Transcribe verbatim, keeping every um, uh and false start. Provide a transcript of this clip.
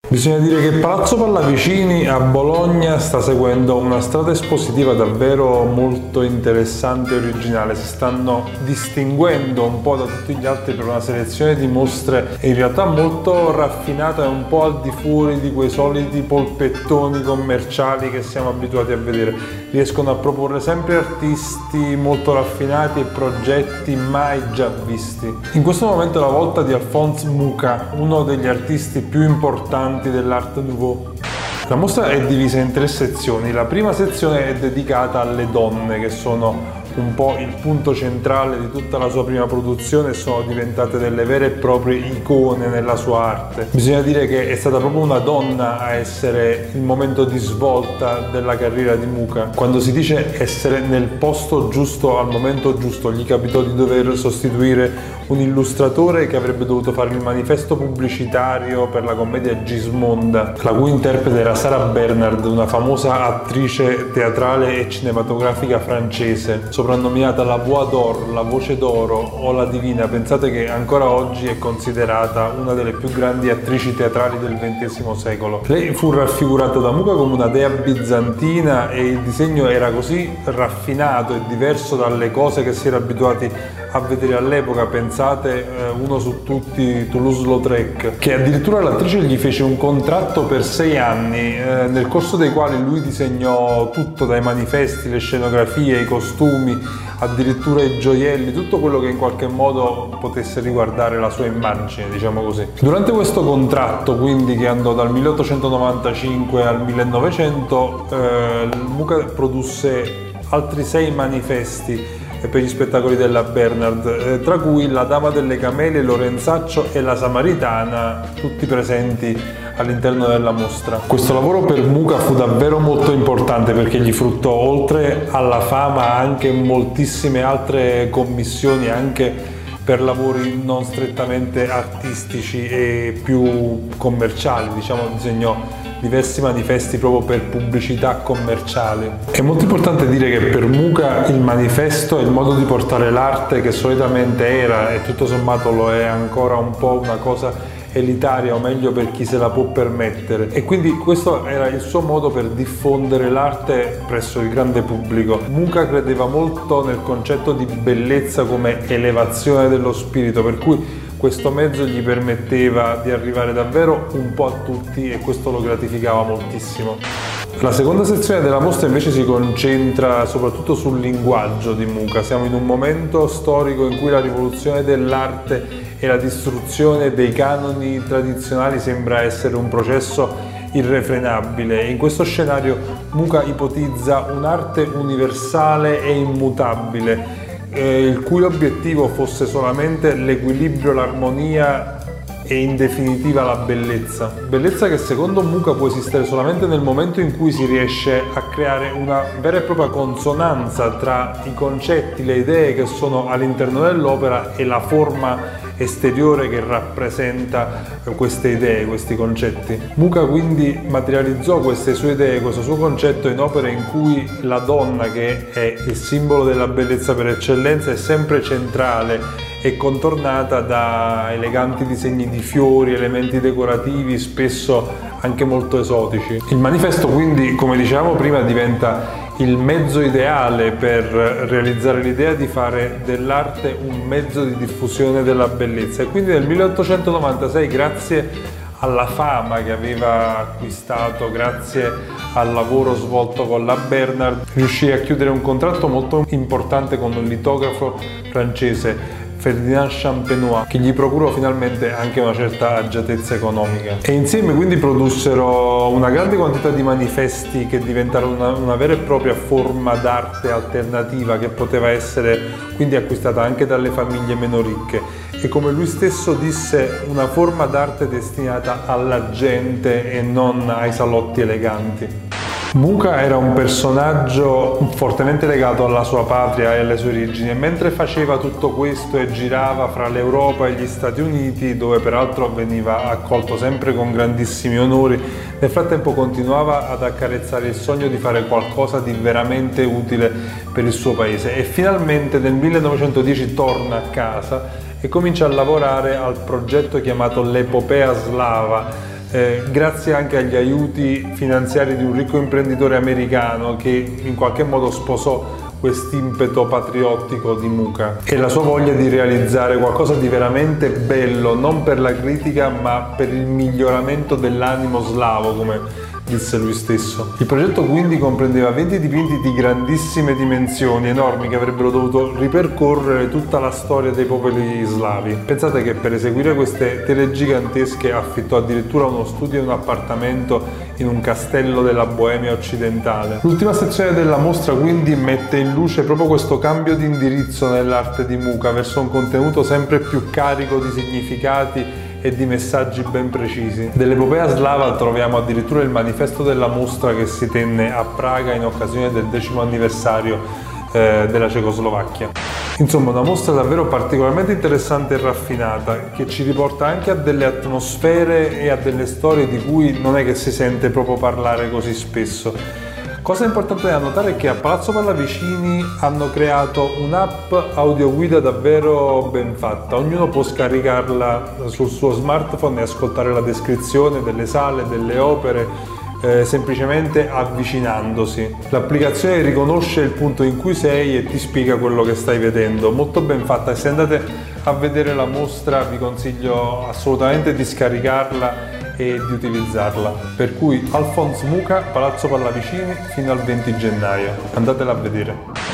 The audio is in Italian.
Bisogna dire che Palazzo Pallavicini a Bologna sta seguendo una strada espositiva davvero molto interessante e originale. Si stanno distinguendo un po' da tutti gli altri per una selezione di mostre in realtà molto raffinata e un po' al di fuori di quei soliti polpettoni commerciali che siamo abituati a vedere. Riescono a proporre sempre artisti molto raffinati e progetti mai già visti. In questo momento è la volta di Alphonse Mucha, uno degli artisti più importanti dell'Art Nouveau. La mostra è divisa in tre sezioni. La prima sezione è dedicata alle donne, che sono un po' il punto centrale di tutta la sua prima produzione e sono diventate delle vere e proprie icone nella sua arte. Bisogna dire che è stata proprio una donna a essere il momento di svolta della carriera di Mucha. Quando si dice essere nel posto giusto al momento giusto, gli capitò di dover sostituire un illustratore che avrebbe dovuto fare il manifesto pubblicitario per la commedia Gismonda, la cui interprete era Sarah Bernard, una famosa attrice teatrale e cinematografica francese, soprannominata la Voix d'Or, la voce d'oro o la divina. Pensate che ancora oggi è considerata una delle più grandi attrici teatrali del ventesimo secolo. Lei fu raffigurata da Mucha come una dea bizantina e il disegno era così raffinato e diverso dalle cose che si era abituati a vedere all'epoca. Pensate eh, uno su tutti, Toulouse-Lautrec, che addirittura l'attrice gli fece un contratto per sei anni eh, nel corso dei quali lui disegnò tutto, dai manifesti, le scenografie, i costumi, addirittura i gioielli, tutto quello che in qualche modo potesse riguardare la sua immagine, diciamo così. Durante questo contratto, quindi, che andò dal milleottocentonovantacinque al millenovecento, eh, Mucha produsse altri sei manifesti per gli spettacoli della Bernard, eh, tra cui La Dama delle Camelie, Lorenzaccio e La Samaritana, tutti presenti all'interno della mostra. Questo lavoro per Mucha fu davvero molto importante perché gli fruttò, oltre alla fama, anche moltissime altre commissioni, anche per lavori non strettamente artistici e più commerciali. Diciamo, disegnò diversi manifesti proprio per pubblicità commerciali. È molto importante dire che per Mucha il manifesto è il modo di portare l'arte, che solitamente era e tutto sommato lo è ancora un po' una cosa elitaria, o meglio per chi se la può permettere, e quindi questo era il suo modo per diffondere l'arte presso il grande pubblico. Mucha credeva molto nel concetto di bellezza come elevazione dello spirito, per cui questo mezzo gli permetteva di arrivare davvero un po' a tutti e questo lo gratificava moltissimo. La seconda sezione della mostra invece si concentra soprattutto sul linguaggio di Mucha. Siamo in un momento storico in cui la rivoluzione dell'arte e la distruzione dei canoni tradizionali sembra essere un processo irrefrenabile. In questo scenario Mucha ipotizza un'arte universale e immutabile, eh, il cui obiettivo fosse solamente l'equilibrio, l'armonia e in definitiva la bellezza. Bellezza che secondo Mucha può esistere solamente nel momento in cui si riesce a creare una vera e propria consonanza tra i concetti, le idee che sono all'interno dell'opera e la forma esteriore che rappresenta queste idee, questi concetti. Mucha quindi materializzò queste sue idee, questo suo concetto in opere in cui la donna, che è il simbolo della bellezza per eccellenza, è sempre centrale e contornata da eleganti disegni di fiori, elementi decorativi, spesso anche molto esotici. Il manifesto quindi, come dicevamo prima, diventa il mezzo ideale per realizzare l'idea di fare dell'arte un mezzo di diffusione della bellezza, e quindi nel milleottocentonovantasei, grazie alla fama che aveva acquistato, grazie al lavoro svolto con la Bernard, riuscì a chiudere un contratto molto importante con un litografo francese, Ferdinand Champenois, che gli procurò finalmente anche una certa agiatezza economica. E insieme quindi produssero una grande quantità di manifesti che diventarono una, una vera e propria forma d'arte alternativa, che poteva essere quindi acquistata anche dalle famiglie meno ricche, e come lui stesso disse, una forma d'arte destinata alla gente e non ai salotti eleganti. Mucha era un personaggio fortemente legato alla sua patria e alle sue origini, e mentre faceva tutto questo e girava fra l'Europa e gli Stati Uniti, dove peraltro veniva accolto sempre con grandissimi onori, nel frattempo continuava ad accarezzare il sogno di fare qualcosa di veramente utile per il suo paese, e finalmente nel millenovecentodieci torna a casa e comincia a lavorare al progetto chiamato l'Epopea Slava, eh, grazie anche agli aiuti finanziari di un ricco imprenditore americano che in qualche modo sposò quest'impeto patriottico di Mucha e la sua voglia di realizzare qualcosa di veramente bello, non per la critica ma per il miglioramento dell'animo slavo, come disse lui stesso. Il progetto quindi comprendeva venti dipinti di grandissime dimensioni, enormi, che avrebbero dovuto ripercorrere tutta la storia dei popoli slavi. Pensate che per eseguire queste tele gigantesche affittò addirittura uno studio e un appartamento in un castello della Boemia occidentale. L'ultima sezione della mostra quindi mette in luce proprio questo cambio di indirizzo nell'arte di Mucha verso un contenuto sempre più carico di significati e di messaggi ben precisi. Dell'epopea slava troviamo addirittura il manifesto della mostra che si tenne a Praga in occasione del decimo anniversario eh, della Cecoslovacchia. Insomma, una mostra davvero particolarmente interessante e raffinata, che ci riporta anche a delle atmosfere e a delle storie di cui non è che si sente proprio parlare così spesso. Cosa importante da notare è che a Palazzo Pallavicini hanno creato un'app audioguida davvero ben fatta. Ognuno può scaricarla sul suo smartphone e ascoltare la descrizione delle sale, delle opere, eh, semplicemente avvicinandosi. L'applicazione riconosce il punto in cui sei e ti spiega quello che stai vedendo. Molto ben fatta, e se andate a vedere la mostra vi consiglio assolutamente di scaricarla e di utilizzarla. Per cui Alfons Mucha, Palazzo Pallavicini, fino al venti gennaio. Andatela a vedere.